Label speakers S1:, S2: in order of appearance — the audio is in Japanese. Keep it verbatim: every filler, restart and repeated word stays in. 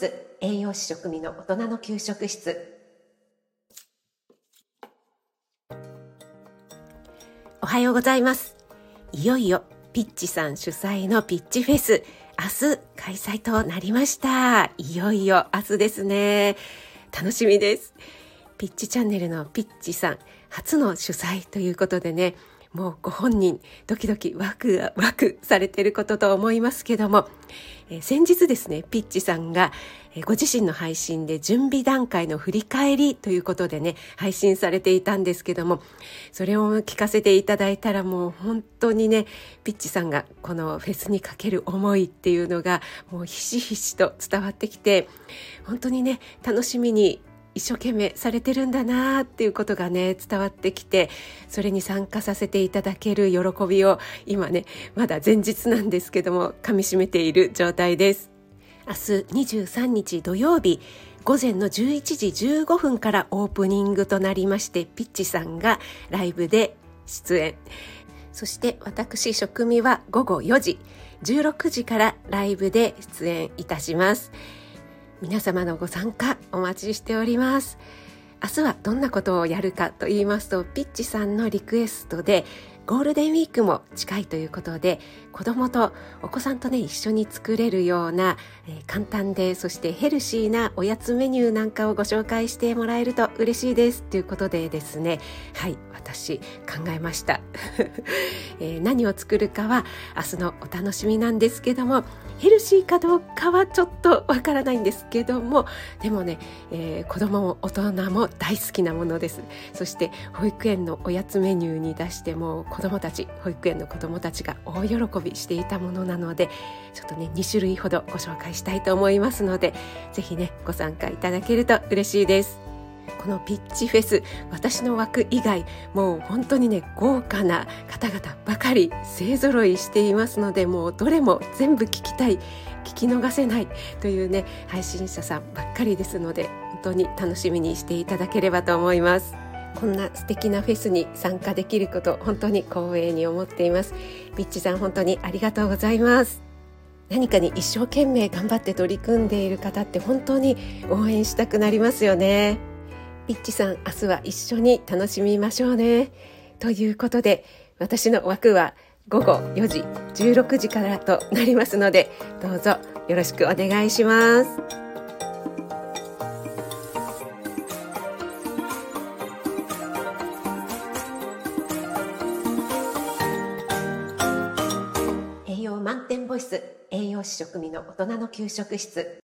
S1: ス栄養士食味の大人の給食室。おはようございます。いよいよピッチさん主催のピッチフェス、明日開催となりました。いよいよ明日ですね。楽しみです。ピッチチャンネルのピッチさん初の主催ということでね、もうご本人ドキドキワクワクされていることと思いますけども、えー、先日ですね、ピッチさんが、えー、ご自身の配信で準備段階の振り返りということでね配信されていたんですけども、それを聞かせていただいたらもう本当にね、ピッチさんがこのフェスにかける思いっていうのがもうひしひしと伝わってきて、本当にね楽しみに一生懸命されてるんだなっていうことがね伝わってきて、それに参加させていただける喜びを今ねまだ前日なんですけども噛み締めている状態です。明日にじゅうさんにち土曜日午前のじゅういちじじゅうごふんからオープニングとなりまして、ピッチさんがライブで出演、そして私食味はごごよじじゅうろくじからライブで出演いたします。皆様のご参加お待ちしております。明日はどんなことをやるかと言いますと、ピッチさんのリクエストでゴールデンウィークも近いということで、子供とお子さんとね一緒に作れるような、えー、簡単でそしてヘルシーなおやつメニューなんかをご紹介してもらえると嬉しいですということでですね、はい私考えました、えー、何を作るかは明日のお楽しみなんですけども、ヘルシーかどうかはちょっとわからないんですけども、でもね、えー、子供も大人も大好きなものです。そして保育園のおやつメニューに出しても子供たち保育園の子供たちが大喜びしていたものなので、ちょっとねにしゅるいほどご紹介したいと思いますので、ぜひねご参加いただけると嬉しいです。このピッチフェス、私の枠以外もう本当にね豪華な方々ばかり勢ぞろいしていますので、もうどれも全部聞きたい、聞き逃せないというね配信者さんばっかりですので、本当に楽しみにしていただければと思います。こんな素敵なフェスに参加できること本当に光栄に思っています。ピッチさん本当にありがとうございます。何かに一生懸命頑張って取り組んでいる方って本当に応援したくなりますよね。ピッチさん明日は一緒に楽しみましょうね。ということで私の枠はごごよじじゅうろくじからとなりますので、どうぞよろしくお願いします。栄養満点ボイス栄養士食味の大人の給食室。